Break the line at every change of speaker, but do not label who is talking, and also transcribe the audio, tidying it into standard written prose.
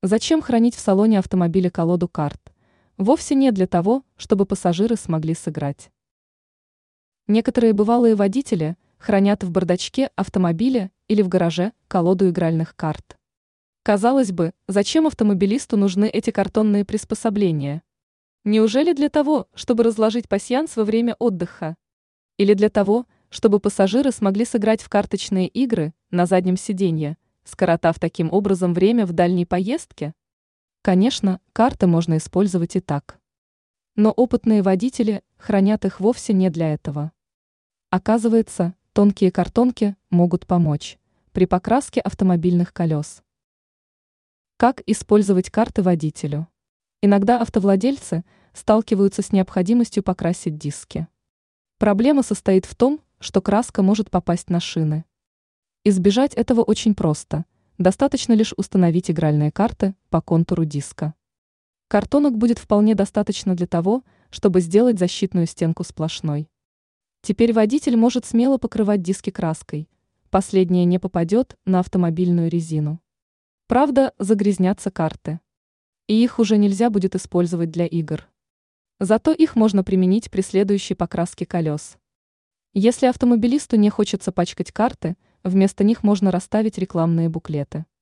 Зачем хранить в салоне автомобиля колоду карт? Вовсе не для того, чтобы пассажиры смогли сыграть. Некоторые бывалые водители хранят в бардачке автомобиля или в гараже колоду игральных карт. Казалось бы, зачем автомобилисту нужны эти картонные приспособления? Неужели для того, чтобы разложить пасьянс во время отдыха? Или для того, чтобы пассажиры смогли сыграть в карточные игры на заднем сиденье, скоротав таким образом время в дальней поездке? Конечно, карты можно использовать и так. Но опытные водители хранят их вовсе не для этого. Оказывается, тонкие картонки могут помочь при покраске автомобильных колес. Как использовать карты водителю? Иногда автовладельцы сталкиваются с необходимостью покрасить диски. Проблема состоит в том, что краска может попасть на шины. Избежать этого очень просто. Достаточно лишь установить игральные карты по контуру диска. Картонок будет вполне достаточно для того, чтобы сделать защитную стенку сплошной. Теперь водитель может смело покрывать диски краской. Последняя не попадет на автомобильную резину. Правда, загрязнятся карты. И их уже нельзя будет использовать для игр. Зато их можно применить при следующей покраске колес. Если автомобилисту не хочется пачкать карты, вместо них можно расставить рекламные буклеты.